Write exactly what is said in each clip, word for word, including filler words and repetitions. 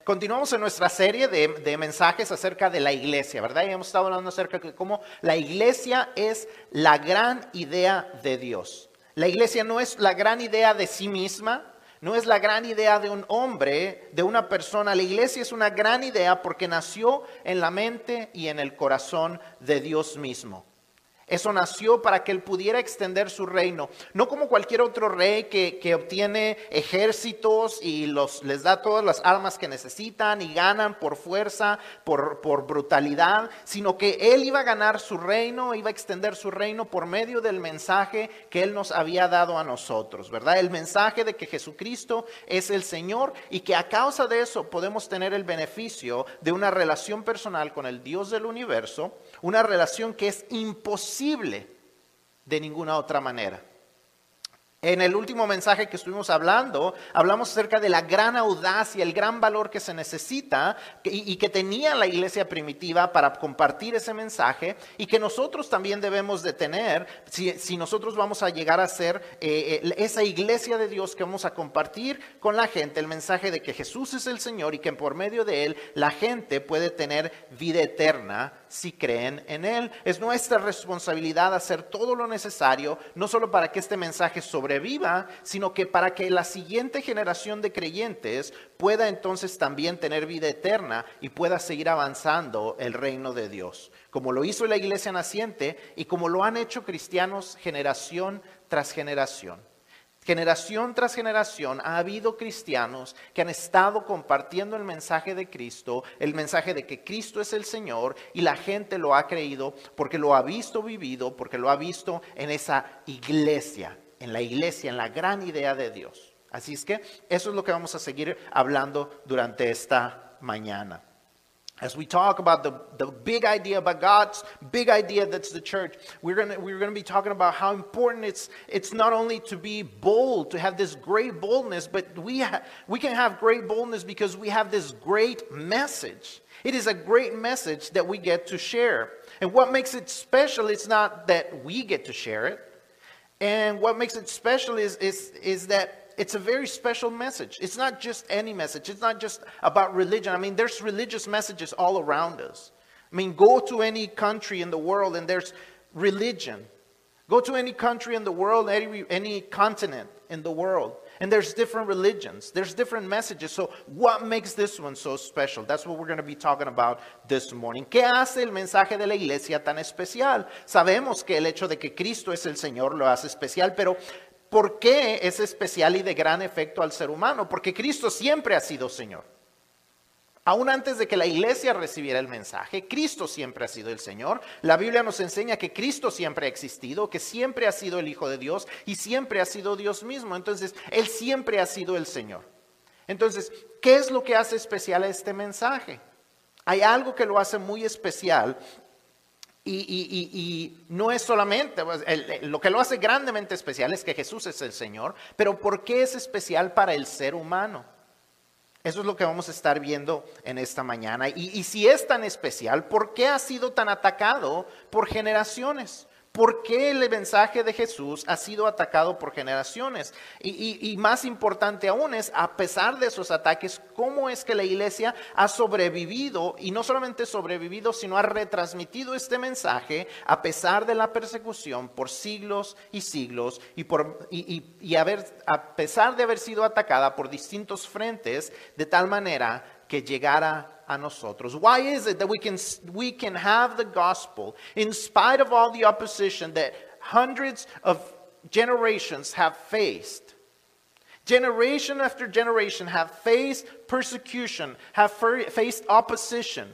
Continuamos en nuestra serie de, de mensajes acerca de la iglesia, ¿verdad? Y hemos estado hablando acerca de cómo la iglesia es la gran idea de Dios. La iglesia no es la gran idea de sí misma, no es la gran idea de un hombre, de una persona. La iglesia es una gran idea porque nació en la mente y en el corazón de Dios mismo. Eso nació para que Él pudiera extender su reino, no como cualquier otro rey que, que obtiene ejércitos y los, les da todas las armas que necesitan y ganan por fuerza, por, por brutalidad, sino que Él iba a ganar su reino, iba a extender su reino por medio del mensaje que Él nos había dado a nosotros, ¿verdad? El mensaje de que Jesucristo es el Señor y que a causa de eso podemos tener el beneficio de una relación personal con el Dios del universo, una relación que es imposible de ninguna otra manera. En el último mensaje que estuvimos hablando, hablamos acerca de la gran audacia, el gran valor que se necesita y, y que tenía la iglesia primitiva para compartir ese mensaje y que nosotros también debemos de tener si, si nosotros vamos a llegar a ser eh, esa iglesia de Dios que vamos a compartir con la gente, el mensaje de que Jesús es el Señor y que por medio de Él la gente puede tener vida eterna si creen en Él. Es nuestra responsabilidad hacer todo lo necesario, no solo para que este mensaje sobreviva, sino que para que la siguiente generación de creyentes pueda entonces también tener vida eterna y pueda seguir avanzando el reino de Dios, como lo hizo la iglesia naciente y como lo han hecho cristianos generación tras generación. Generación tras generación ha habido cristianos que han estado compartiendo el mensaje de Cristo, el mensaje de que Cristo es el Señor, y la gente lo ha creído porque lo ha visto vivido, porque lo ha visto en esa iglesia, en la iglesia, en la gran idea de Dios. Así es que eso es lo que vamos a seguir hablando durante esta mañana. As we talk about the, the big idea, about God's big idea that's the church, we're going we're gonna be talking about how important it's it's not only to be bold, to have this great boldness, but we, ha- we can have great boldness because we have this great message. It is a great message that we get to share. And what makes it special is not that we get to share it. And what makes it special is, is, is that it's a very special message. It's not just any message. It's not just about religion. I mean, there's religious messages all around us. I mean, go to any country in the world and there's religion. Go to any country in the world, any, any continent in the world, and there's different religions. There's different messages. So what makes this one so special? That's what we're going to be talking about this morning. ¿Qué hace el mensaje de la iglesia tan especial? Sabemos que el hecho de que Cristo es el Señor lo hace especial, pero ¿por qué es especial y de gran efecto al ser humano? Porque Cristo siempre ha sido Señor. Aún antes de que la iglesia recibiera el mensaje, Cristo siempre ha sido el Señor. La Biblia nos enseña que Cristo siempre ha existido, que siempre ha sido el Hijo de Dios y siempre ha sido Dios mismo. Entonces, Él siempre ha sido el Señor. Entonces, ¿qué es lo que hace especial a este mensaje? Hay algo que lo hace muy especial. Y, y, y, y no es solamente, pues, el, el, lo que lo hace grandemente especial es que Jesús es el Señor, pero ¿por qué es especial para el ser humano? Eso es lo que vamos a estar viendo en esta mañana. Y, y si es tan especial, ¿por qué ha sido tan atacado por generaciones? ¿Por qué el mensaje de Jesús ha sido atacado por generaciones? Y, y, y más importante aún es, a pesar de esos ataques, ¿cómo es que la iglesia ha sobrevivido? Y no solamente sobrevivido, sino ha retransmitido este mensaje a pesar de la persecución por siglos y siglos y, por, y, y, y haber, a pesar de haber sido atacada por distintos frentes, de tal manera que llegara a nosotros. Why is it that we can we can have the gospel in spite of all the opposition that hundreds of generations have faced? Generation after generation have faced persecution, have faced opposition.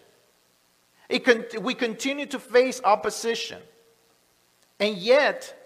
It con- we continue to face opposition. And yet,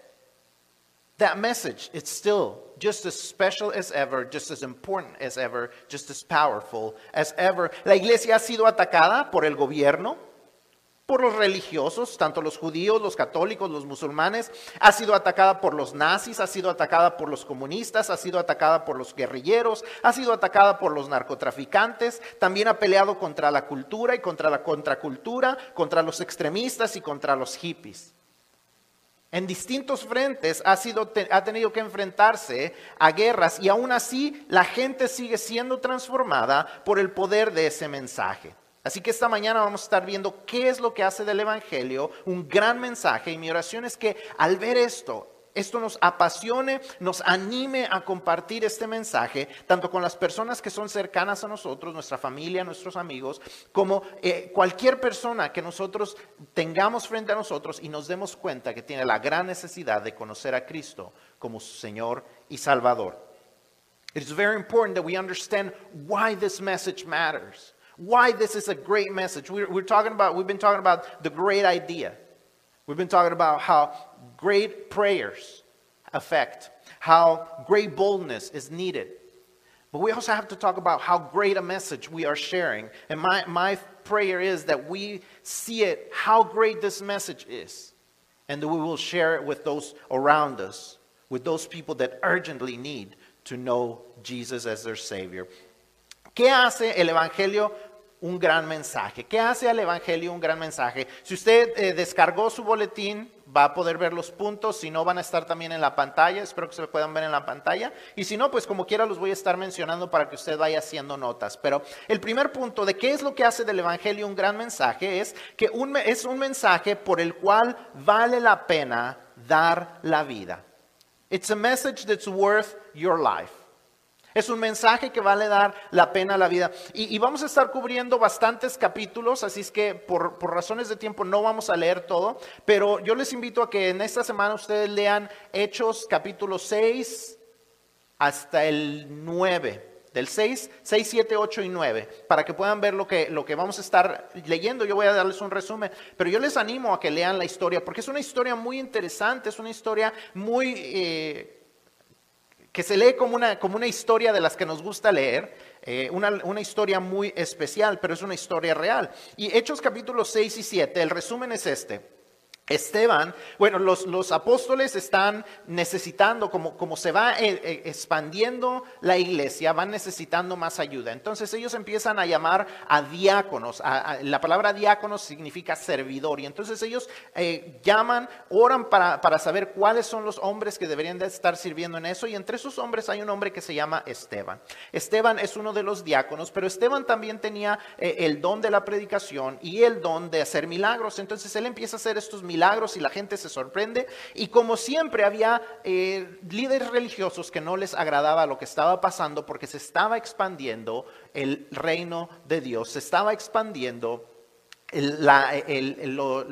that message, it's still just as special as ever, just as important as ever, just as powerful as ever. La iglesia ha sido atacada por el gobierno, por los religiosos, tanto los judíos, los católicos, los musulmanes. Ha sido atacada por los nazis, ha sido atacada por los comunistas, ha sido atacada por los guerrilleros, ha sido atacada por los narcotraficantes. También ha peleado contra la cultura y contra la contracultura, contra los extremistas y contra los hippies. En distintos frentes ha, sido, te, ha tenido que enfrentarse a guerras y aún así la gente sigue siendo transformada por el poder de ese mensaje. Así que esta mañana vamos a estar viendo qué es lo que hace del Evangelio un gran mensaje, y mi oración es que al ver esto, esto nos apasione, nos anime a compartir este mensaje, tanto con las personas que son cercanas a nosotros, nuestra familia, nuestros amigos, como eh, cualquier persona que nosotros tengamos frente a nosotros y nos demos cuenta que tiene la gran necesidad de conocer a Cristo como su Señor y Salvador. It is very important that we understand why this message matters, why this is a great message. We're, we're talking about, we've been talking about the great idea. We've been talking about how great prayers affect, how great boldness is needed. But we also have to talk about how great a message we are sharing. And my, my prayer is that we see it, how great this message is, and that we will share it with those around us, with those people that urgently need to know Jesus as their Savior. ¿Qué hace el Evangelio un gran mensaje? ¿Qué hace al Evangelio un gran mensaje? Si usted eh, descargó su boletín, va a poder ver los puntos. Si no, van a estar también en la pantalla. Espero que se puedan ver en la pantalla. Y si no, pues como quiera los voy a estar mencionando para que usted vaya haciendo notas. Pero el primer punto de qué es lo que hace del Evangelio un gran mensaje es que un, es un mensaje por el cual vale la pena dar la vida. It's a message that's worth your life. Es un mensaje que vale dar la pena la vida. Y, y vamos a estar cubriendo bastantes capítulos, así es que por, por razones de tiempo no vamos a leer todo, pero yo les invito a que en esta semana ustedes lean Hechos capítulo seis hasta el nueve. Del seis, seis, siete, ocho y nueve, para que puedan ver lo que, lo que vamos a estar leyendo. Yo voy a darles un resumen, pero yo les animo a que lean la historia, porque es una historia muy interesante, es una historia muy... Eh, que se lee como una, como una historia de las que nos gusta leer, eh, una, una historia muy especial, pero es una historia real. Y Hechos capítulos seis y siete, el resumen es este. Esteban, bueno, los, los apóstoles están necesitando, como, como se va eh, eh, expandiendo la iglesia, van necesitando más ayuda. Entonces ellos empiezan a llamar a diáconos. A, a, la palabra diáconos significa servidor. Y entonces ellos eh, llaman, oran para, para saber cuáles son los hombres que deberían de estar sirviendo en eso. Y entre esos hombres hay un hombre que se llama Esteban. Esteban es uno de los diáconos, pero Esteban también tenía eh, el don de la predicación y el don de hacer milagros. Entonces él empieza a hacer estos milagros. milagros y la gente se sorprende, y como siempre había eh, líderes religiosos que no les agradaba lo que estaba pasando, porque se estaba expandiendo el reino de Dios, se estaba expandiendo el, la, el, el, lo,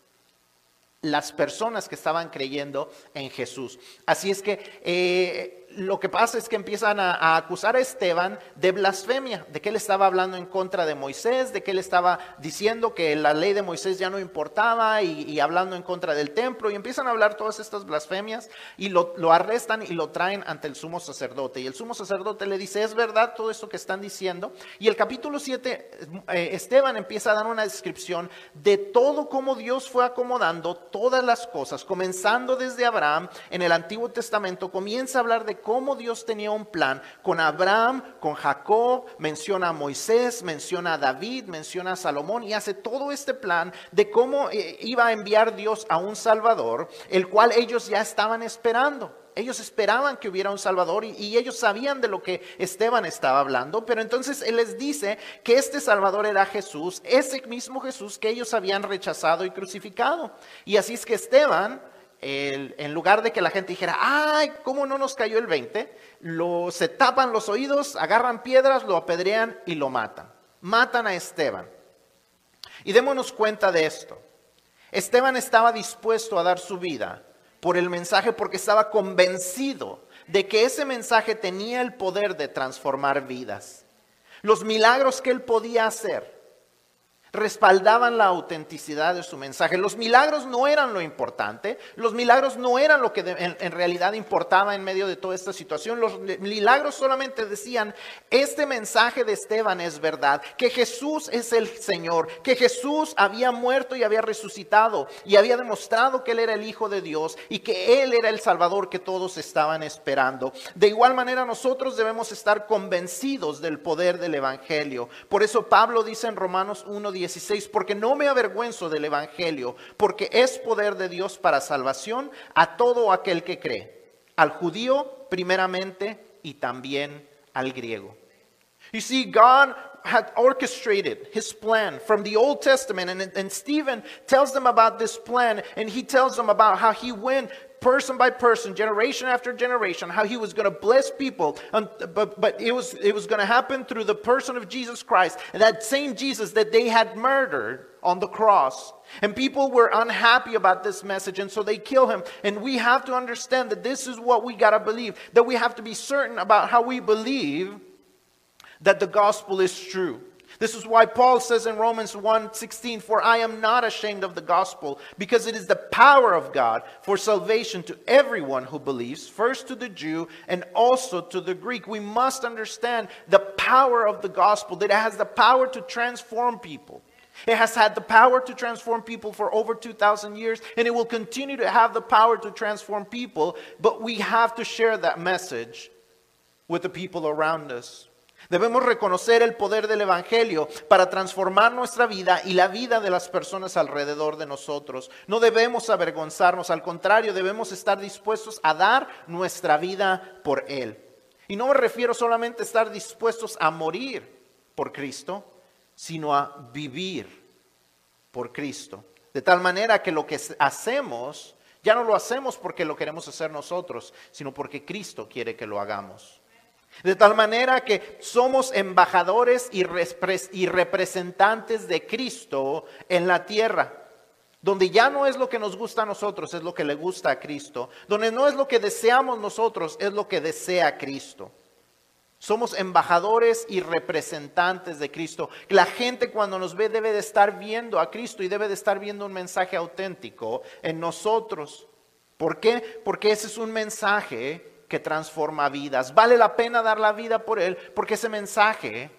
las personas que estaban creyendo en Jesús. Así es que eh, lo que pasa es que empiezan a, a acusar a Esteban de blasfemia, de que él estaba hablando en contra de Moisés, de que él estaba diciendo que la ley de Moisés ya no importaba y, y hablando en contra del templo, y empiezan a hablar todas estas blasfemias y lo, lo arrestan y lo traen ante el sumo sacerdote, y el sumo sacerdote le dice: ¿es verdad todo esto que están diciendo? Y el capítulo siete, eh, Esteban empieza a dar una descripción de todo cómo Dios fue acomodando todas las cosas, comenzando desde Abraham en el Antiguo Testamento. Comienza a hablar de cómo Dios tenía un plan con Abraham, con Jacob, menciona a Moisés, menciona a David, menciona a Salomón, y hace todo este plan de cómo eh, iba a enviar Dios a un Salvador, el cual ellos ya estaban esperando. Ellos esperaban que hubiera un Salvador, y, y ellos sabían de lo que Esteban estaba hablando, pero entonces él les dice que este Salvador era Jesús, ese mismo Jesús que ellos habían rechazado y crucificado. Y así es que Esteban, El, en lugar de que la gente dijera: ay, ¿cómo no nos cayó el veinte? Lo, se tapan los oídos, agarran piedras, lo apedrean y lo matan. Matan a Esteban. Y démonos cuenta de esto. Esteban estaba dispuesto a dar su vida por el mensaje, porque estaba convencido de que ese mensaje tenía el poder de transformar vidas. Los milagros que él podía hacer respaldaban la autenticidad de su mensaje. Los milagros no eran lo importante, los milagros no eran lo que de, en, en realidad importaba en medio de toda esta situación. Los milagros solamente decían: este mensaje de Esteban es verdad, que Jesús es el Señor, que Jesús había muerto y había resucitado y había demostrado que Él era el Hijo de Dios y que Él era el Salvador que todos estaban esperando. De igual manera nosotros debemos estar convencidos del poder del Evangelio. Por eso Pablo dice en Romanos uno dieciséis, porque no me avergüenzo del evangelio, porque es poder de Dios para salvación a todo aquel que cree, al judío primeramente y también al griego. You see, God had orchestrated his plan from the Old Testament, and, and Stephen tells them about this plan, and he tells them about how he went person by person, generation after generation, how he was going to bless people, and, but, but it was, it was going to happen through the person of Jesus Christ, and that same Jesus that they had murdered on the cross. And people were unhappy about this message, and so they kill him. And we have to understand that this is what we got to believe, that we have to be certain about how we believe that the gospel is true. This is why Paul says in Romans one sixteen, for I am not ashamed of the gospel, because it is the power of God for salvation to everyone who believes, first to the Jew and also to the Greek. We must understand the power of the gospel, that it has the power to transform people. It has had the power to transform people for over two thousand years, and it will continue to have the power to transform people, but we have to share that message with the people around us. Debemos reconocer el poder del evangelio para transformar nuestra vida y la vida de las personas alrededor de nosotros. No debemos avergonzarnos, al contrario, debemos estar dispuestos a dar nuestra vida por él. Y no me refiero solamente a estar dispuestos a morir por Cristo, sino a vivir por Cristo. De tal manera que lo que hacemos, ya no lo hacemos porque lo queremos hacer nosotros, sino porque Cristo quiere que lo hagamos. De tal manera que somos embajadores y representantes de Cristo en la tierra, donde ya no es lo que nos gusta a nosotros, es lo que le gusta a Cristo, donde no es lo que deseamos nosotros, es lo que desea Cristo. Somos embajadores y representantes de Cristo. La gente cuando nos ve debe de estar viendo a Cristo y debe de estar viendo un mensaje auténtico en nosotros. ¿Por qué? Porque ese es un mensaje que transforma vidas. Vale la pena dar la vida por él, porque ese mensaje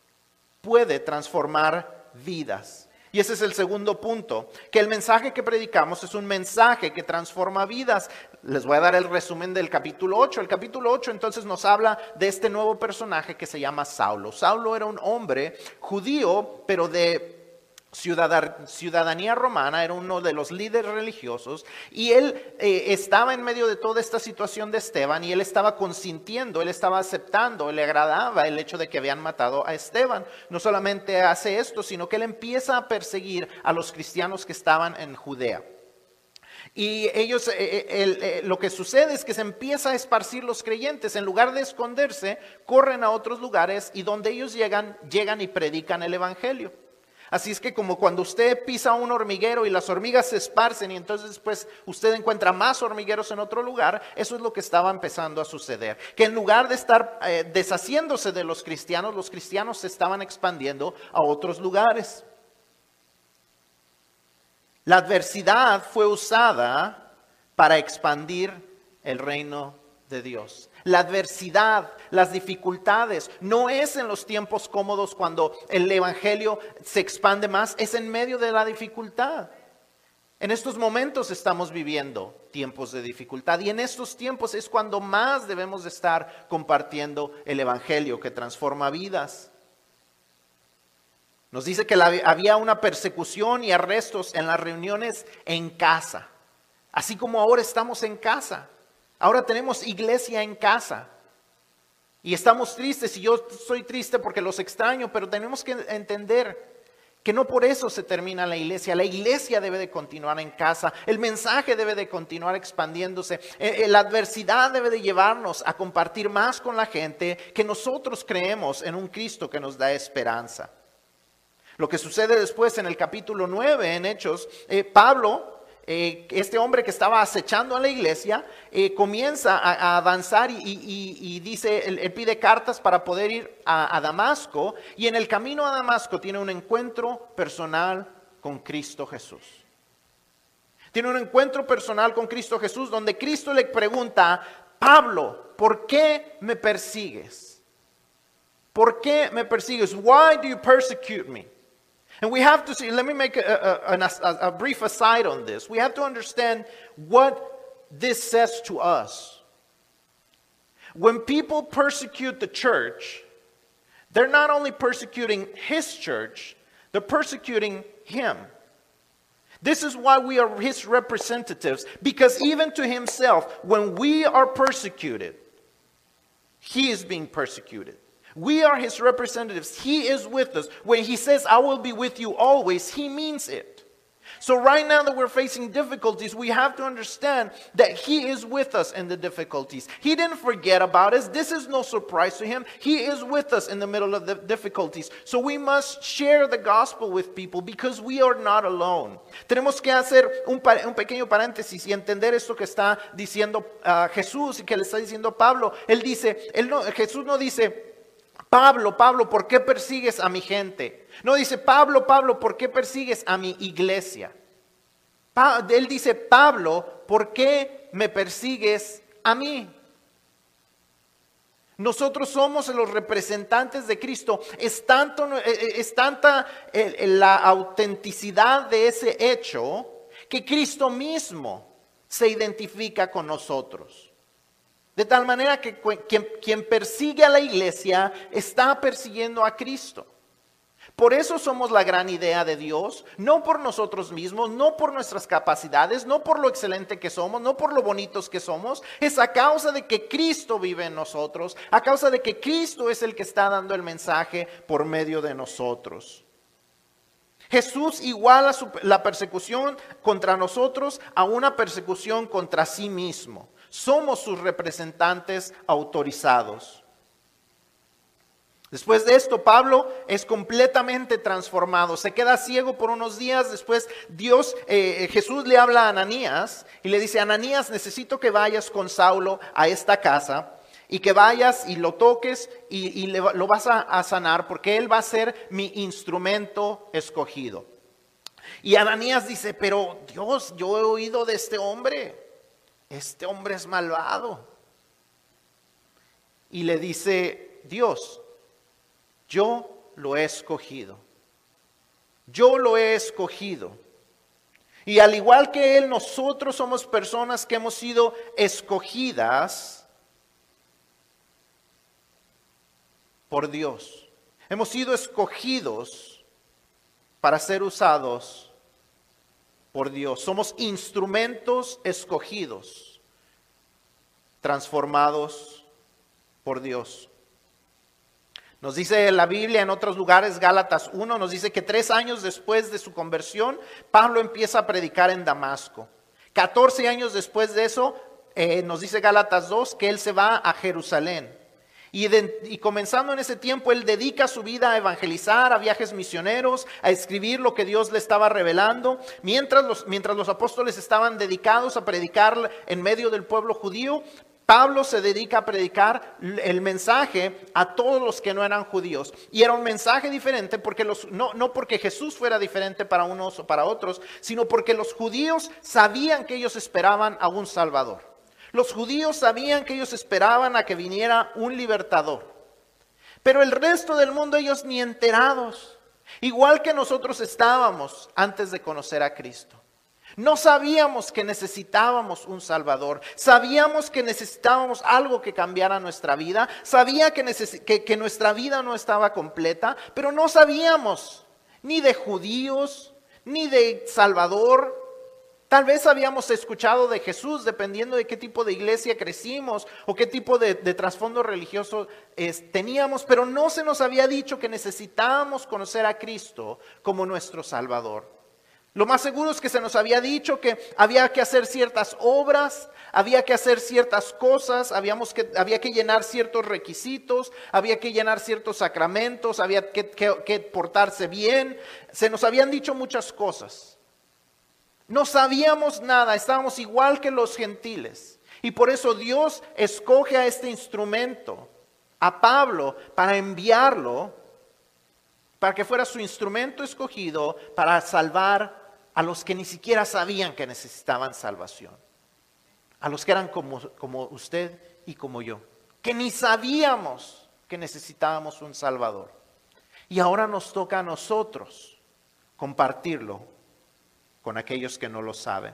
puede transformar vidas. Y ese es el segundo punto, que el mensaje que predicamos es un mensaje que transforma vidas. Les voy a dar el resumen del capítulo ocho. El capítulo ocho entonces nos habla de este nuevo personaje que se llama Saulo. Saulo era un hombre judío, pero de ciudadanía romana, era uno de los líderes religiosos, y él eh, estaba en medio de toda esta situación de Esteban, y él estaba consintiendo, él estaba aceptando, le agradaba el hecho de que habían matado a Esteban. No solamente hace esto, sino que él empieza a perseguir a los cristianos que estaban en Judea. Y ellos, eh, el, eh, lo que sucede es que se empieza a esparcir los creyentes. En lugar de esconderse, corren a otros lugares, y donde ellos llegan, llegan y predican el evangelio. Así es que como cuando usted pisa un hormiguero y las hormigas se esparcen y entonces después usted encuentra más hormigueros en otro lugar, eso es lo que estaba empezando a suceder. Que en lugar de estar eh, deshaciéndose de los cristianos, los cristianos se estaban expandiendo a otros lugares. La adversidad fue usada para expandir el reino de Dios. La adversidad, las dificultades, no es en los tiempos cómodos cuando el evangelio se expande más, es en medio de la dificultad. En estos momentos estamos viviendo tiempos de dificultad, y en estos tiempos es cuando más debemos de estar compartiendo el evangelio que transforma vidas. Nos dice que la, había una persecución y arrestos en las reuniones en casa, así como ahora estamos en casa. Ahora tenemos iglesia en casa y estamos tristes, y yo soy triste porque los extraño, pero tenemos que entender que no por eso se termina la iglesia. La iglesia debe de continuar en casa, el mensaje debe de continuar expandiéndose, la adversidad debe de llevarnos a compartir más con la gente que nosotros creemos en un Cristo que nos da esperanza. Lo que sucede después en el capítulo nueve en Hechos, eh, Pablo, Eh, este hombre que estaba acechando a la iglesia, eh, comienza a, a avanzar y, y, y dice, él, él pide cartas para poder ir a, a Damasco, y en el camino a Damasco tiene un encuentro personal con Cristo Jesús. Tiene un encuentro personal con Cristo Jesús donde Cristo le pregunta: Pablo, ¿por qué me persigues? ¿Por qué me persigues? Why do you persecute me? And we have to see, let me make a, a, a, a brief aside on this. We have to understand what this says to us. When people persecute the church, they're not only persecuting his church, They're persecuting him. This is why we are his representatives, because even to himself, when we are persecuted, he is being persecuted. We are his representatives. He is with us. When he says, I will be with you always, he means it. So right now that we're facing difficulties, we have to understand that he is with us in the difficulties. He didn't forget about us. This is no surprise to him. He is with us in the middle of the difficulties. So we must share the gospel with people because we are not alone. Tenemos que hacer un, un pequeño paréntesis y entender esto que está diciendo uh, Jesús y que le está diciendo Pablo. Él dice, él no, Jesús no dice, Pablo, Pablo, ¿por qué persigues a mi gente? No dice, Pablo, Pablo, ¿por qué persigues a mi iglesia? Pa- él dice, Pablo, ¿por qué me persigues a mí? Nosotros somos los representantes de Cristo. Es, tanto, es tanta la autenticidad de ese hecho que Cristo mismo se identifica con nosotros. De tal manera que quien, quien persigue a la iglesia está persiguiendo a Cristo. Por eso somos la gran idea de Dios, no por nosotros mismos, no por nuestras capacidades, no por lo excelente que somos, no por lo bonitos que somos. Es a causa de que Cristo vive en nosotros, a causa de que Cristo es el que está dando el mensaje por medio de nosotros. Jesús iguala su, la persecución contra nosotros a una persecución contra sí mismo. Somos sus representantes autorizados. Después de esto, Pablo es completamente transformado. Se queda ciego por unos días. Después Dios, eh, Jesús le habla a Ananías y le dice, Ananías, necesito que vayas con Saulo a esta casa y que vayas y lo toques y, y le, lo vas a, a sanar porque él va a ser mi instrumento escogido. Y Ananías dice, pero Dios, yo he oído de este hombre. Este hombre es malvado. Y le dice Dios, yo lo he escogido. Yo lo he escogido. Y al igual que él, nosotros somos personas que hemos sido escogidas por Dios. Hemos sido escogidos para ser usados por Dios. Somos instrumentos escogidos, transformados por Dios. Nos dice la Biblia en otros lugares, Gálatas uno, nos dice que tres años después de su conversión, Pablo empieza a predicar en Damasco. catorce años después de eso, eh, nos dice Gálatas dos, que él se va a Jerusalén. Y, de, y comenzando en ese tiempo, él dedica su vida a evangelizar, a viajes misioneros, a escribir lo que Dios le estaba revelando. Mientras los, mientras los apóstoles estaban dedicados a predicar en medio del pueblo judío, Pablo se dedica a predicar el mensaje a todos los que no eran judíos. Y era un mensaje diferente, porque los, no, no porque Jesús fuera diferente para unos o para otros, sino porque los judíos sabían que ellos esperaban a un Salvador. Los judíos sabían que ellos esperaban a que viniera un libertador. Pero el resto del mundo, ellos ni enterados. Igual que nosotros estábamos antes de conocer a Cristo. No sabíamos que necesitábamos un Salvador. Sabíamos que necesitábamos algo que cambiara nuestra vida. Sabía que, neces- que, que nuestra vida no estaba completa. Pero no sabíamos ni de judíos, ni de Salvador. Tal vez habíamos escuchado de Jesús, dependiendo de qué tipo de iglesia crecimos o qué tipo de, de trasfondo religioso es, teníamos, pero no se nos había dicho que necesitábamos conocer a Cristo como nuestro Salvador. Lo más seguro es que se nos había dicho que había que hacer ciertas obras, había que hacer ciertas cosas, habíamos que, había que llenar ciertos requisitos, había que llenar ciertos sacramentos, había que, que, que portarse bien. Se nos habían dicho muchas cosas. No sabíamos nada, estábamos igual que los gentiles. Y por eso Dios escoge a este instrumento, a Pablo, para enviarlo, para que fuera su instrumento escogido para salvar a los que ni siquiera sabían que necesitaban salvación. A los que eran como, como usted y como yo, que ni sabíamos que necesitábamos un Salvador. Y ahora nos toca a nosotros compartirlo con aquellos que no lo saben.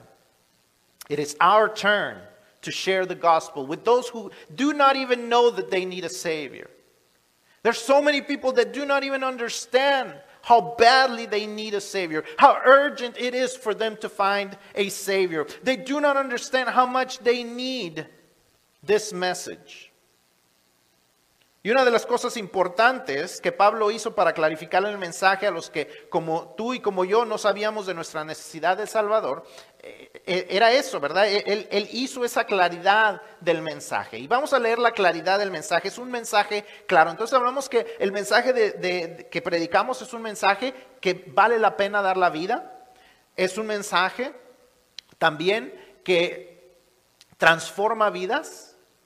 It is our turn to share the gospel with those who do not even know that they need a Savior. There's so many people that do not even understand how badly they need a Savior, how urgent it is for them to find a Savior. They do not understand how much they need this message. Y una de las cosas importantes que Pablo hizo para clarificar el mensaje a los que como tú y como yo no sabíamos de nuestra necesidad de Salvador, eh, era eso, ¿verdad? Él, él hizo esa claridad del mensaje. Y vamos a leer la claridad del mensaje. Es un mensaje claro. Entonces hablamos que el mensaje de, de, de, que predicamos es un mensaje que vale la pena dar la vida. Es un mensaje también que transforma vidas.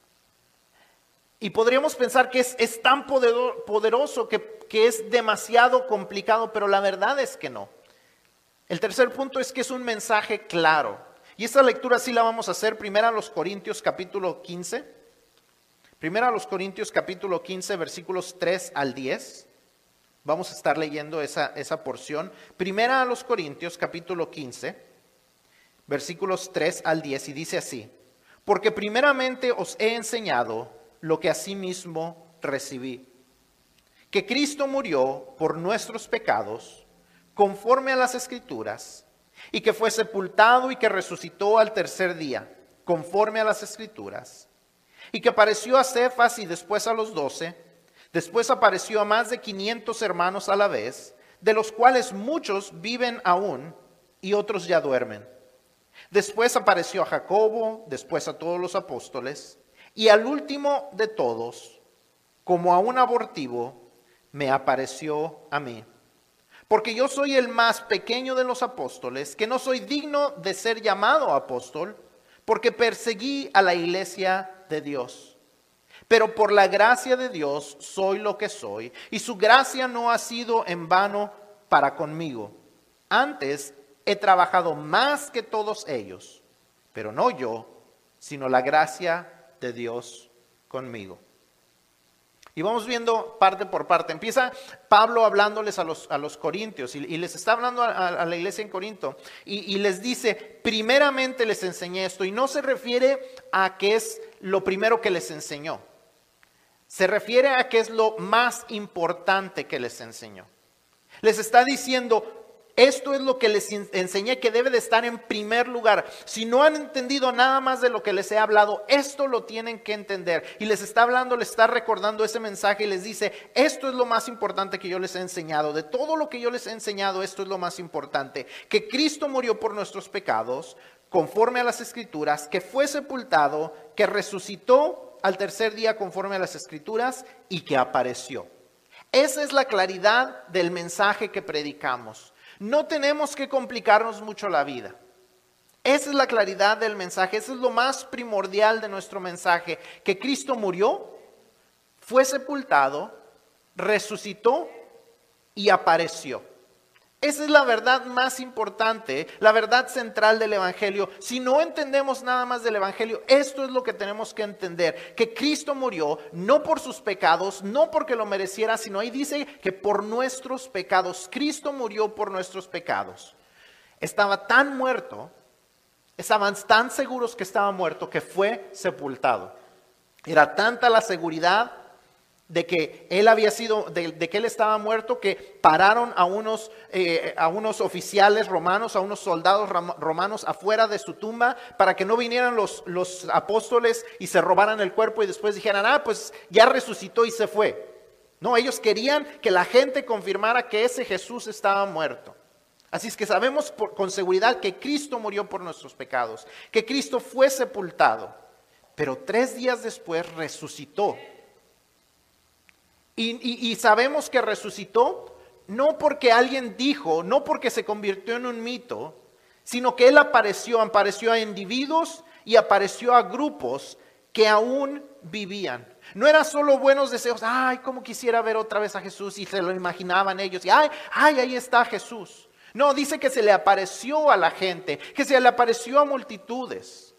Y podríamos pensar que es, es tan poderoso que, que es demasiado complicado, pero la verdad es que no. El tercer punto es que es un mensaje claro. Y esta lectura sí la vamos a hacer primero a los Corintios capítulo quince. Primero a los Corintios capítulo quince, versículos tres al diez. Vamos a estar leyendo esa, esa porción. Primera a los Corintios capítulo quince, versículos tres al diez. Y dice así: porque primeramente os he enseñado lo que asimismo recibí, que Cristo murió por nuestros pecados, conforme a las Escrituras, y que fue sepultado y que resucitó al tercer día, conforme a las Escrituras, y que apareció a Cefas y después a los doce, después apareció a más de quinientos hermanos a la vez, de los cuales muchos viven aún y otros ya duermen. Después apareció a Jacobo, después a todos los apóstoles, y al último de todos, como a un abortivo, me apareció a mí. Porque yo soy el más pequeño de los apóstoles, que no soy digno de ser llamado apóstol, porque perseguí a la iglesia de Dios. Pero por la gracia de Dios soy lo que soy, y su gracia no ha sido en vano para conmigo. Antes he trabajado más que todos ellos, pero no yo, sino la gracia de Dios conmigo. Y vamos viendo parte por parte. Empieza Pablo hablándoles a los, a los corintios y, y les está hablando a, a la iglesia en Corinto y, y les dice, primeramente les enseñé esto, y no se refiere a qué es lo primero que les enseñó. Se refiere a qué es lo más importante que les enseñó. Les está diciendo, esto es lo que les enseñé que debe de estar en primer lugar. Si no han entendido nada más de lo que les he hablado, esto lo tienen que entender. Y les está hablando, les está recordando ese mensaje y les dice, esto es lo más importante que yo les he enseñado. De todo lo que yo les he enseñado, esto es lo más importante. Que Cristo murió por nuestros pecados, conforme a las Escrituras, que fue sepultado, que resucitó al tercer día conforme a las Escrituras y que apareció. Esa es la claridad del mensaje que predicamos. No tenemos que complicarnos mucho la vida. Esa es la claridad del mensaje, eso es lo más primordial de nuestro mensaje, que Cristo murió, fue sepultado, resucitó y apareció. Esa es la verdad más importante, la verdad central del Evangelio. Si no entendemos nada más del Evangelio, esto es lo que tenemos que entender, que Cristo murió no por sus pecados, no porque lo mereciera, sino ahí dice que por nuestros pecados. Cristo murió por nuestros pecados. Estaba tan muerto, estaban tan seguros que estaba muerto que fue sepultado. Era tanta la seguridad de que él había sido, de, de que él estaba muerto, que pararon a unos, eh, a unos oficiales romanos, a unos soldados romanos afuera de su tumba para que no vinieran los, los apóstoles y se robaran el cuerpo y después dijeran, ah, pues ya resucitó y se fue. No, ellos querían que la gente confirmara que ese Jesús estaba muerto. Así es que sabemos por, con seguridad que Cristo murió por nuestros pecados, que Cristo fue sepultado, pero tres días después resucitó. Y, y, y sabemos que resucitó no porque alguien dijo, no porque se convirtió en un mito, sino que Él apareció, apareció a individuos y apareció a grupos que aún vivían. No eran solo buenos deseos, ay, cómo quisiera ver otra vez a Jesús, y se lo imaginaban ellos, y ay, ay, ahí está Jesús. No, dice que se le apareció a la gente, que se le apareció a multitudes.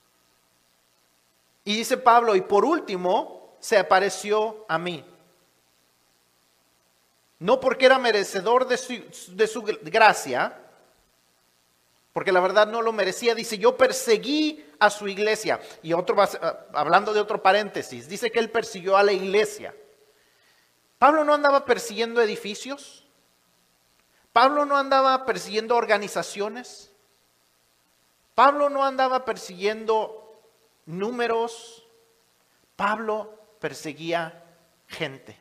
Y dice Pablo, y por último, se apareció a mí. No porque era merecedor de su, de su gracia, porque la verdad no lo merecía. Dice, yo perseguí a su iglesia. Y otro, hablando de otro paréntesis, dice que él persiguió a la iglesia. Pablo no andaba persiguiendo edificios. Pablo no andaba persiguiendo organizaciones. Pablo no andaba persiguiendo números. Pablo perseguía gente.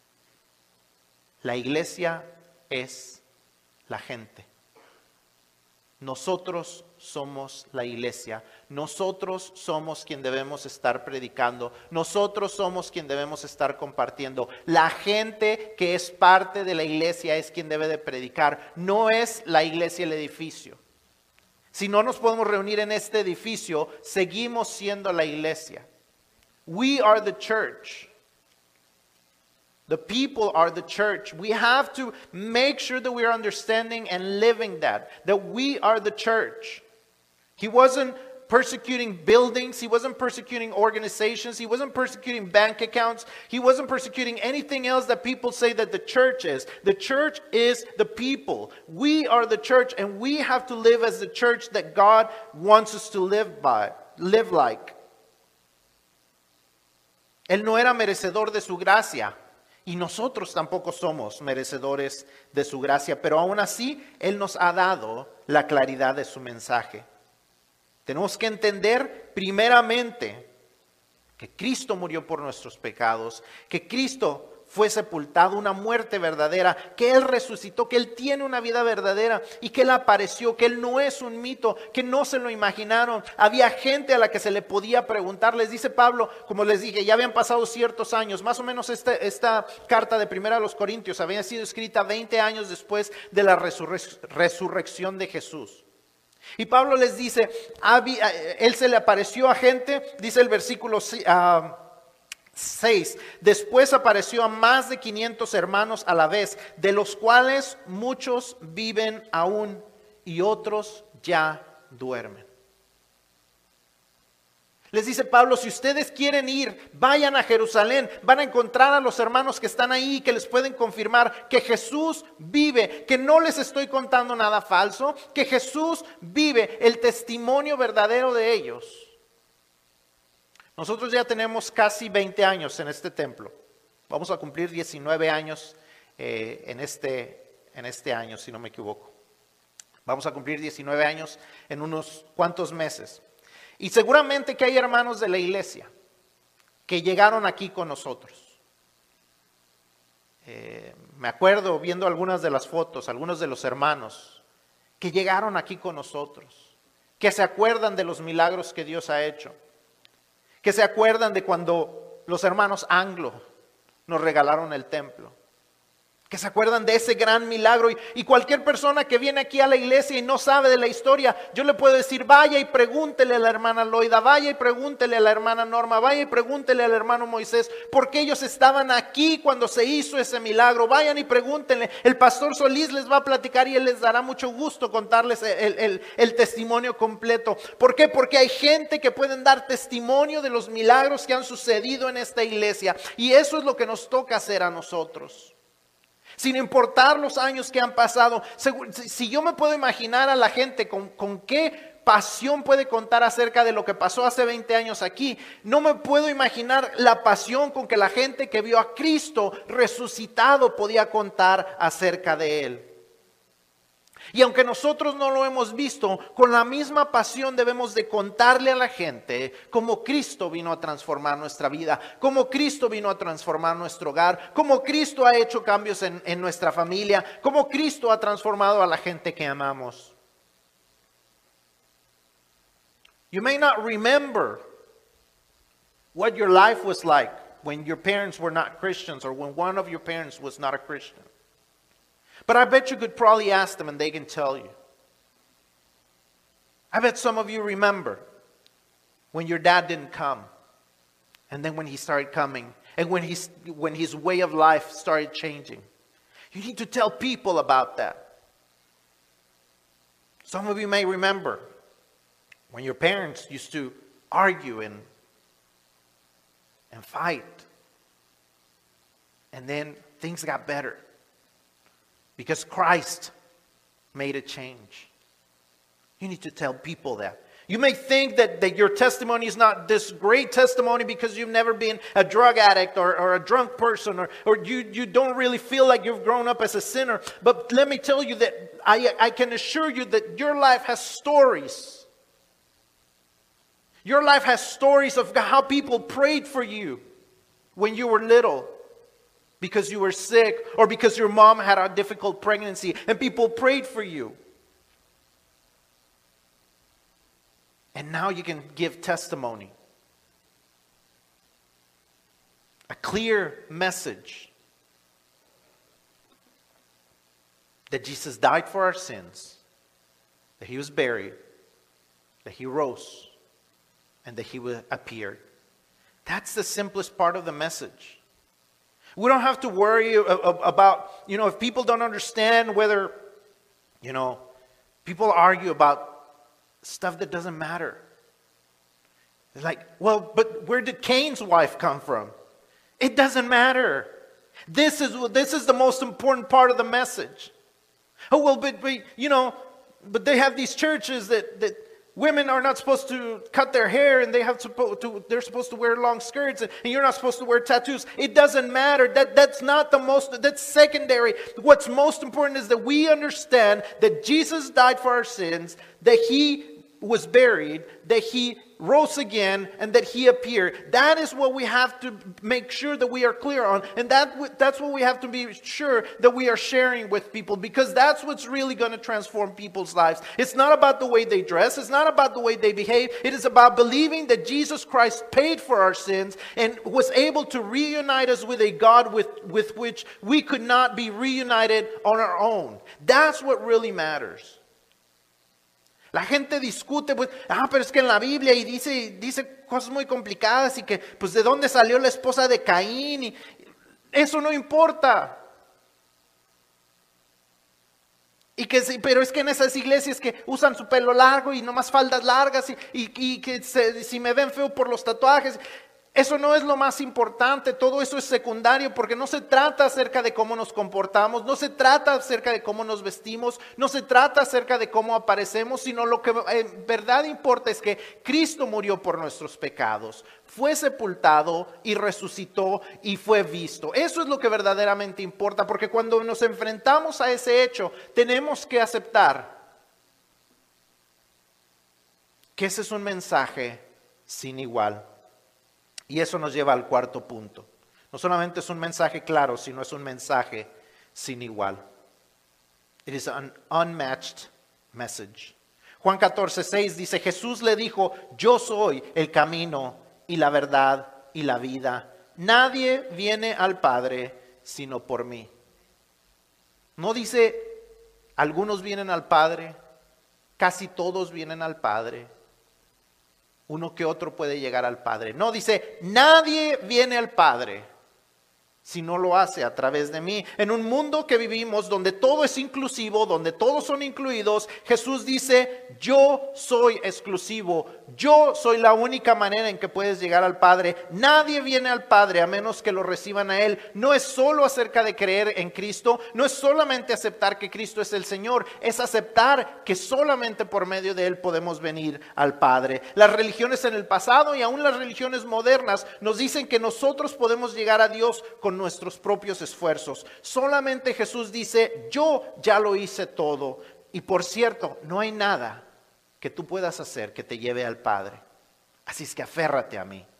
La iglesia es la gente. Nosotros somos la iglesia. Nosotros somos quien debemos estar predicando. Nosotros somos quien debemos estar compartiendo. La gente que es parte de la iglesia es quien debe de predicar. No es la iglesia el edificio. Si no nos podemos reunir en este edificio, seguimos siendo la iglesia. We are the church. The people are the church. We have to make sure that we are understanding and living that. That we are the church. He wasn't persecuting buildings. He wasn't persecuting organizations. He wasn't persecuting bank accounts. He wasn't persecuting anything else that people say that the church is. The church is the people. We are the church, and we have to live as the church that God wants us to live by, live like. Él no era merecedor de su gracia. Y nosotros tampoco somos merecedores de su gracia, pero aún así Él nos ha dado la claridad de su mensaje. Tenemos que entender primeramente que Cristo murió por nuestros pecados, que Cristo fue sepultado, una muerte verdadera, que Él resucitó, que Él tiene una vida verdadera y que Él apareció, que Él no es un mito, que no se lo imaginaron. Había gente a la que se le podía preguntar. Les dice Pablo, como les dije, ya habían pasado ciertos años, más o menos esta, esta carta de Primera a los Corintios había sido escrita veinte años después de la resurrec- resurrección de Jesús. Y Pablo les dice, había, Él se le apareció a gente, dice el versículo uh, seis, después apareció a más de quinientos hermanos a la vez, de los cuales muchos viven aún y otros ya duermen. Les dice Pablo, si ustedes quieren ir, vayan a Jerusalén, van a encontrar a los hermanos que están ahí y que les pueden confirmar que Jesús vive, que no les estoy contando nada falso, que Jesús vive, el testimonio verdadero de ellos. Nosotros ya tenemos casi veinte años en este templo. Vamos a cumplir diecinueve años eh, en, este, en este año, si no me equivoco. Vamos a cumplir diecinueve años en unos cuantos meses. Y seguramente que hay hermanos de la iglesia que llegaron aquí con nosotros. Eh, me acuerdo viendo algunas de las fotos, algunos de los hermanos que llegaron aquí con nosotros, que se acuerdan de los milagros que Dios ha hecho. Que se acuerdan de cuando los hermanos Anglo nos regalaron el templo. Que se acuerdan de ese gran milagro. Y, y cualquier persona que viene aquí a la iglesia y no sabe de la historia, yo le puedo decir, vaya y pregúntele a la hermana Loida, vaya y pregúntele a la hermana Norma, vaya y pregúntele al hermano Moisés, porque ellos estaban aquí cuando se hizo ese milagro. Vayan y pregúntenle. El pastor Solís les va a platicar y él les dará mucho gusto contarles el, el, el testimonio completo. ¿Por qué? Porque hay gente que pueden dar testimonio de los milagros que han sucedido en esta iglesia. Y eso es lo que nos toca hacer a nosotros. Sin importar los años que han pasado, si yo me puedo imaginar a la gente con, con qué pasión puede contar acerca de lo que pasó hace veinte años aquí, no me puedo imaginar la pasión con que la gente que vio a Cristo resucitado podía contar acerca de Él. Y aunque nosotros no lo hemos visto, con la misma pasión debemos de contarle a la gente cómo Cristo vino a transformar nuestra vida, cómo Cristo vino a transformar nuestro hogar, cómo Cristo ha hecho cambios en, en nuestra familia, cómo Cristo ha transformado a la gente que amamos. You may not remember what your life was like when your parents were not Christians or when one of your parents was not a Christian. But I bet you could probably ask them and they can tell you. I bet some of you remember when your dad didn't come. And then when he started coming. And when, he's, when his way of life started changing. You need to tell people about that. Some of you may remember when your parents used to argue and, and fight. And then things got better. Because Christ made a change. You need to tell people that. You may think that, that your testimony is not this great testimony because you've never been a drug addict or, or a drunk person, or, or you, you don't really feel like you've grown up as a sinner. But let me tell you that I, I can assure you that your life has stories. Your life has stories of how people prayed for you when you were little because you were sick or because your mom had a difficult pregnancy and people prayed for you. And now you can give testimony. A clear message that Jesus died for our sins, that he was buried, that he rose, and that he appeared. That's the simplest part of the message. We don't have to worry about, you know, if people don't understand whether, you know, people argue about stuff that doesn't matter. It's like, well, but where did Cain's wife come from? It doesn't matter. This is this is the most important part of the message. Oh, well, but, but you know, but they have these churches that, that women are not supposed to cut their hair and they have to, they're supposed to wear long skirts and, and you're not supposed to wear tattoos. It doesn't matter. That, that's not the most, that's secondary. What's most important is that we understand that Jesus died for our sins, that he was buried, that he rose again, and that he appeared. That is what we have to make sure that we are clear on. And that that's what we have to be sure that we are sharing with people, because that's what's really going to transform people's lives. It's not about the way they dress. It's not about the way they behave. It is about believing that Jesus Christ paid for our sins and was able to reunite us with a God with, with which we could not be reunited on our own. That's what really matters. La gente discute, pues, ah, pero es que en la Biblia y dice, dice cosas muy complicadas y que, pues, ¿de dónde salió la esposa de Caín? Y eso no importa. Y que, pero es que en esas iglesias que usan su pelo largo y nomás faldas largas y, y, y que se, si me ven feo por los tatuajes. Eso no es lo más importante, todo eso es secundario, porque no se trata acerca de cómo nos comportamos, no se trata acerca de cómo nos vestimos, no se trata acerca de cómo aparecemos, sino lo que en verdad importa es que Cristo murió por nuestros pecados, fue sepultado y resucitó y fue visto. Eso es lo que verdaderamente importa, porque cuando nos enfrentamos a ese hecho, tenemos que aceptar que ese es un mensaje sin igual. Y eso nos lleva al cuarto punto. No solamente es un mensaje claro, sino es un mensaje sin igual. It is an unmatched message. Juan catorce, seis dice, Jesús le dijo, yo soy el camino y la verdad y la vida. Nadie viene al Padre sino por mí. No dice, algunos vienen al Padre, casi todos vienen al Padre. Uno que otro puede llegar al Padre. No, dice, nadie viene al Padre si no lo hace a través de mí. En un mundo que vivimos donde todo es inclusivo, donde todos son incluidos, Jesús dice, yo soy exclusivo, yo soy la única manera en que puedes llegar al Padre. Nadie viene al Padre a menos que lo reciban a Él. No es solo acerca de creer en Cristo, no es solamente aceptar que Cristo es el Señor, es aceptar que solamente por medio de Él podemos venir al Padre. Las religiones en el pasado y aún las religiones modernas nos dicen que nosotros podemos llegar a Dios con nuestros propios esfuerzos. Solamente Jesús dice, yo ya lo hice todo. Y por cierto, no hay nada que tú puedas hacer que te lleve al Padre. Así es que aférrate a mí.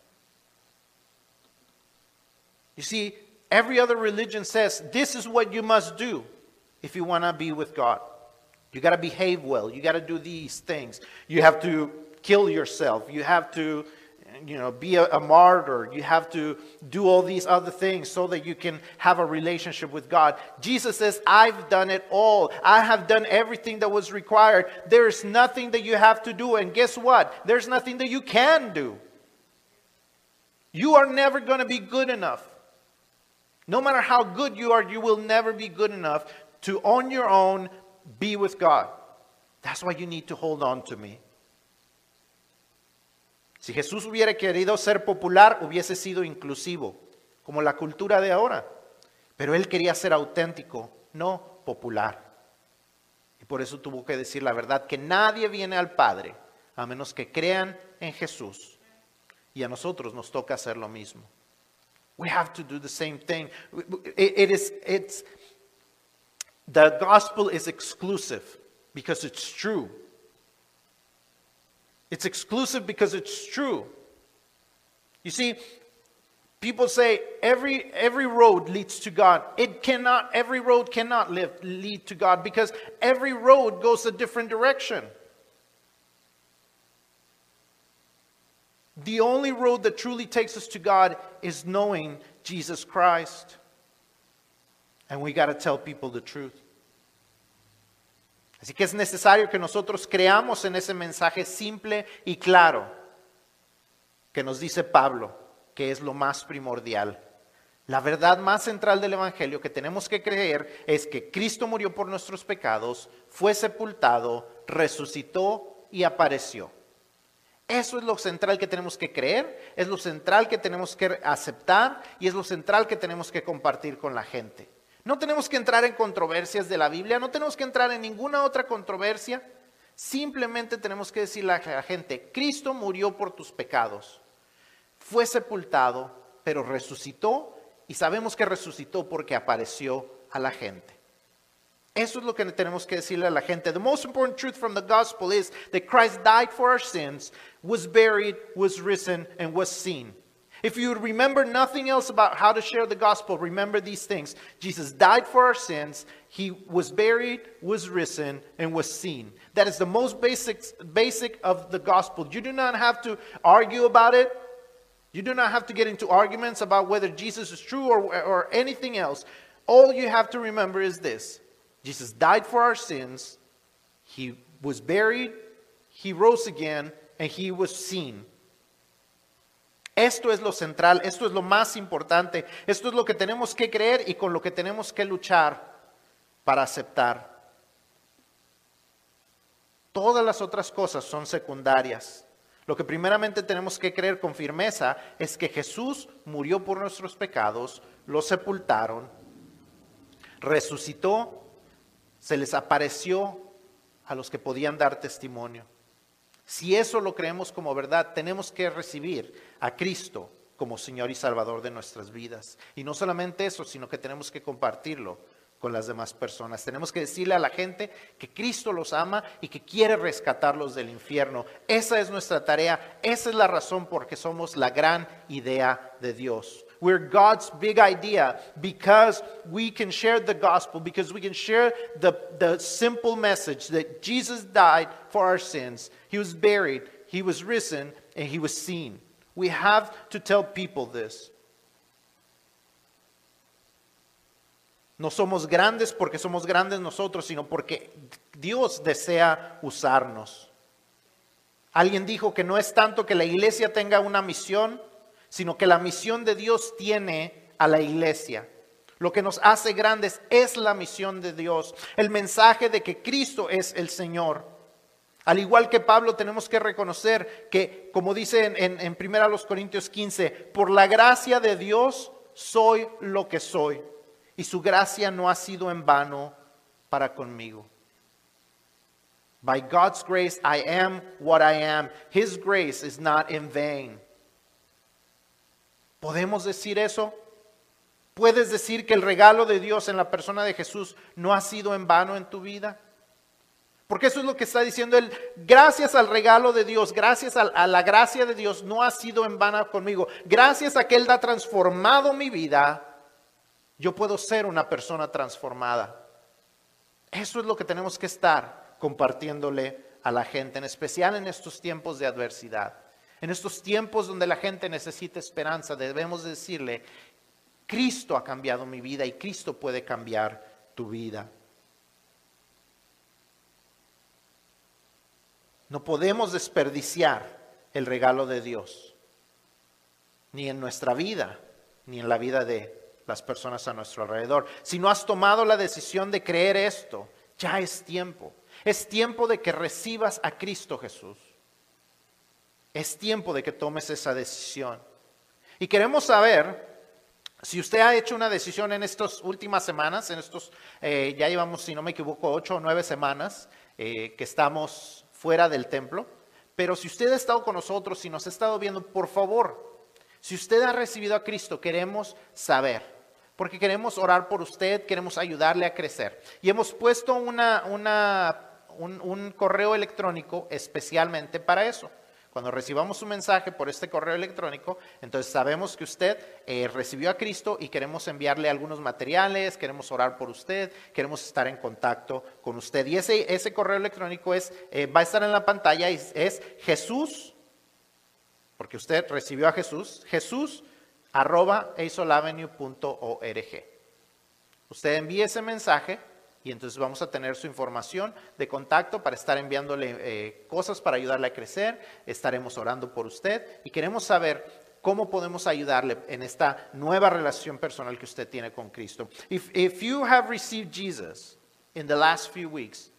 You see, every other religion says, this is what you must do if you want to be with God. You got to behave well. You got to do these things. You have to kill yourself. You have to You know, be a, a martyr. You have to do all these other things so that you can have a relationship with God. Jesus says, I've done it all. I have done everything that was required. There is nothing that you have to do. And guess what? There's nothing that you can do. You are never going to be good enough. No matter how good you are, you will never be good enough to on your own be with God. That's why you need to hold on to me. Si Jesús hubiera querido ser popular, hubiese sido inclusivo, como la cultura de ahora. Pero Él quería ser auténtico, no popular. Y por eso tuvo que decir la verdad, que nadie viene al Padre, a menos que crean en Jesús. Y a nosotros nos toca hacer lo mismo. We have to do the same thing. It, it is, it's, the gospel is exclusive because it's true. It's exclusive because it's true. You see, people say every every road leads to God. It cannot, every road cannot live, lead to God because every road goes a different direction. The only road that truly takes us to God is knowing Jesus Christ. And we got to tell people the truth. Así que es necesario que nosotros creamos en ese mensaje simple y claro que nos dice Pablo, que es lo más primordial. La verdad más central del Evangelio que tenemos que creer es que Cristo murió por nuestros pecados, fue sepultado, resucitó y apareció. Eso es lo central que tenemos que creer, es lo central que tenemos que aceptar y es lo central que tenemos que compartir con la gente. No tenemos que entrar en controversias de la Biblia, no tenemos que entrar en ninguna otra controversia. Simplemente tenemos que decirle a la gente, Cristo murió por tus pecados, fue sepultado, pero resucitó y sabemos que resucitó porque apareció a la gente. Eso es lo que tenemos que decirle a la gente. The most important truth from the gospel is that Christ died for our sins, was buried, was risen, and was seen. If you remember nothing else about how to share the gospel, remember these things. Jesus died for our sins, he was buried, was risen, and was seen. That is the most basic, basic of the gospel. You do not have to argue about it. You do not have to get into arguments about whether Jesus is true or, or anything else. All you have to remember is this. Jesus died for our sins, he was buried, he rose again, and he was seen. Esto es lo central, esto es lo más importante, esto es lo que tenemos que creer y con lo que tenemos que luchar para aceptar. Todas las otras cosas son secundarias. Lo que primeramente tenemos que creer con firmeza es que Jesús murió por nuestros pecados, lo sepultaron, resucitó, se les apareció a los que podían dar testimonio. Si eso lo creemos como verdad, tenemos que recibir a Cristo como Señor y Salvador de nuestras vidas. Y no solamente eso, sino que tenemos que compartirlo con las demás personas. Tenemos que decirle a la gente que Cristo los ama y que quiere rescatarlos del infierno. Esa es nuestra tarea, esa es la razón por que somos la gran idea de Dios. We're God's big idea because we can share the gospel, because we can share the, the simple message that Jesus died for our sins. He was buried, he was risen, and he was seen. We have to tell people this. No somos grandes porque somos grandes nosotros, sino porque Dios desea usarnos. Alguien dijo que no es tanto que la iglesia tenga una misión, sino que la misión de Dios tiene a la iglesia. Lo que nos hace grandes es la misión de Dios, el mensaje de que Cristo es el Señor. Al igual que Pablo, tenemos que reconocer que, como dice en, en, en primera Corintios quince, por la gracia de Dios soy lo que soy, y su gracia no ha sido en vano para conmigo. By God's grace I am what I am. His grace is not in vain. ¿Podemos decir eso? ¿Puedes decir que el regalo de Dios en la persona de Jesús no ha sido en vano en tu vida? Porque eso es lo que está diciendo él. Gracias al regalo de Dios, gracias a, a la gracia de Dios, no ha sido en vano conmigo. Gracias a que Él ha transformado mi vida, yo puedo ser una persona transformada. Eso es lo que tenemos que estar compartiéndole a la gente, en especial en estos tiempos de adversidad. En estos tiempos donde la gente necesita esperanza, debemos decirle, Cristo ha cambiado mi vida y Cristo puede cambiar tu vida. No podemos desperdiciar el regalo de Dios, ni en nuestra vida, ni en la vida de las personas a nuestro alrededor. Si no has tomado la decisión de creer esto, ya es tiempo. Es tiempo de que recibas a Cristo Jesús. Es tiempo de que tomes esa decisión. Y queremos saber si usted ha hecho una decisión en estas últimas semanas, en estos, eh, ya llevamos, si no me equivoco, ocho o nueve semanas eh, que estamos fuera del templo, Pero si usted ha estado con nosotros, si nos ha estado viendo, por favor, si usted ha recibido a Cristo, queremos saber, porque queremos orar por usted, queremos ayudarle a crecer. Y hemos puesto una, una, un, un correo electrónico especialmente para eso. Cuando recibamos un mensaje por este correo electrónico, entonces sabemos que usted eh, recibió a Cristo y queremos enviarle algunos materiales, queremos orar por usted, queremos estar en contacto con usted. Y ese, ese correo electrónico es, eh, va a estar en la pantalla, y es, es Jesús, porque usted recibió a Jesús, Jesús arroba azolavenue punto org. Usted envía ese mensaje y entonces vamos a tener su información de contacto para estar enviándole eh, cosas para ayudarle a crecer. Estaremos orando por usted y queremos saber cómo podemos ayudarle en esta nueva relación personal que usted tiene con Cristo. If, if you have received Jesus in the last few weeks,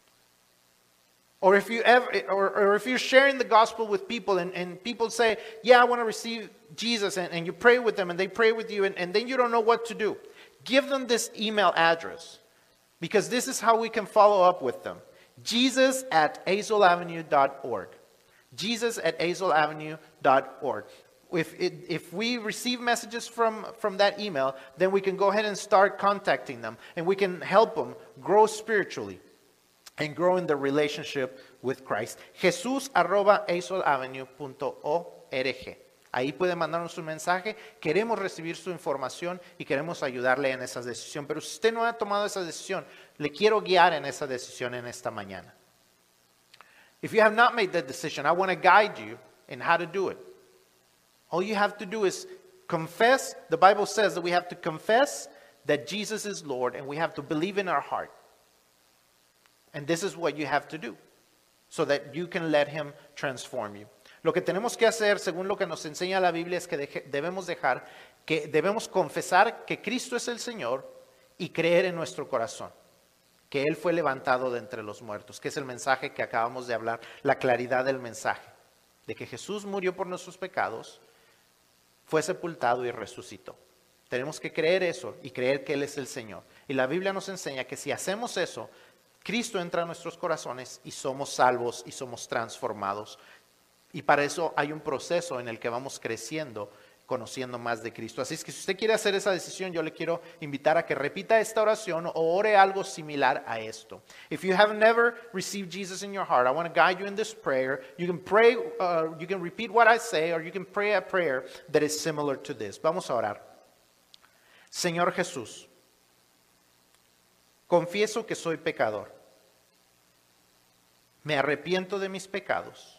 or if you ever, or, or if you're sharing the gospel with people and, and people say, yeah, I want to receive Jesus, and, and you pray with them and they pray with you, and, and then you don't know what to do, give them this email address. Because this is how we can follow up with them. Jesus at azolavenue dot org. Jesus at azolavenue dot org. If, it, if we receive messages from, from that email, then we can go ahead and start contacting them. And we can help them grow spiritually and grow in the relationship with Christ. Jesús arroba azolavenue punto org. Ahí puede mandarnos un mensaje, queremos recibir su información y queremos ayudarle en esa decisión. Pero si usted no ha tomado esa decisión, le quiero guiar en esa decisión en esta mañana. If you have not made that decision, I want to guide you in how to do it. All you have to do is confess. The Bible says that we have to confess that Jesus is Lord and we have to believe in our heart. And this is what you have to do so that you can let Him transform you. Lo que tenemos que hacer, según lo que nos enseña la Biblia, es que deje, debemos dejar, que debemos confesar que Cristo es el Señor y creer en nuestro corazón, que Él fue levantado de entre los muertos, que es el mensaje que acabamos de hablar, la claridad del mensaje, de que Jesús murió por nuestros pecados, fue sepultado y resucitó. Tenemos que creer eso y creer que Él es el Señor. Y la Biblia nos enseña que si hacemos eso, Cristo entra a nuestros corazones y somos salvos y somos transformados. Y para eso hay un proceso en el que vamos creciendo, conociendo más de Cristo. Así es que si usted quiere hacer esa decisión, yo le quiero invitar a que repita esta oración o ore algo similar a esto. If you have never received Jesus in your heart, I want to guide you in this prayer. You can pray, uh, you can repeat what I say, or you can pray a prayer that is similar to this. Vamos a orar. Señor Jesús, confieso que soy pecador. Me arrepiento de mis pecados.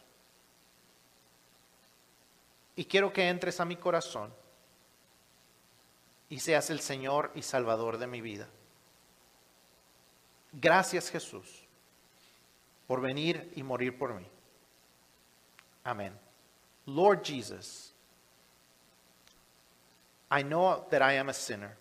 Y quiero que entres a mi corazón y seas el Señor y Salvador de mi vida. Gracias, Jesús, por venir y morir por mí. Amén. Lord Jesus, I know that I am a sinner.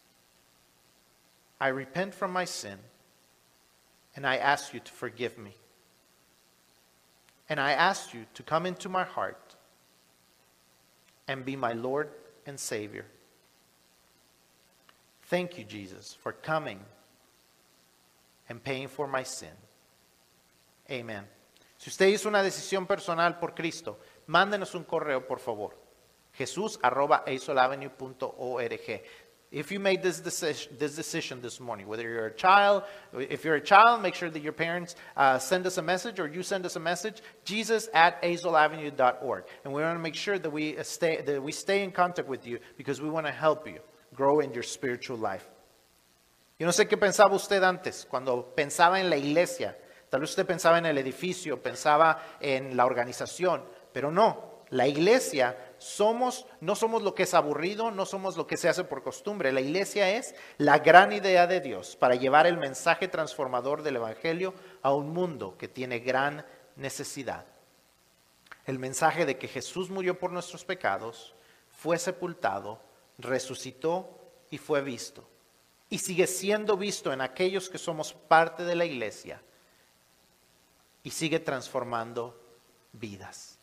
I repent from my sin, and I ask you to forgive me. And I ask you to come into my heart and be my Lord and Savior. Thank you, Jesus, for coming and paying for my sin. Amen. Si usted hizo una decisión personal por Cristo, mándenos un correo, por favor. Jesús arroba azolavenue punto org. If you made this decision, this decision this morning, whether you're a child, if you're a child, make sure that your parents uh, send us a message, or you send us a message, Jesus at azolavenue dot org. And we want to make sure that we stay, that we stay in contact with you, because we want to help you grow in your spiritual life. Yo no sé qué pensaba usted antes, cuando pensaba en la iglesia. Tal vez usted pensaba en el edificio, pensaba en la organización, pero no. La iglesia somos, no somos lo que es aburrido, no somos lo que se hace por costumbre. La iglesia es la gran idea de Dios para llevar el mensaje transformador del Evangelio a un mundo que tiene gran necesidad. El mensaje de que Jesús murió por nuestros pecados, fue sepultado, resucitó y fue visto. Y sigue siendo visto en aquellos que somos parte de la iglesia y sigue transformando vidas.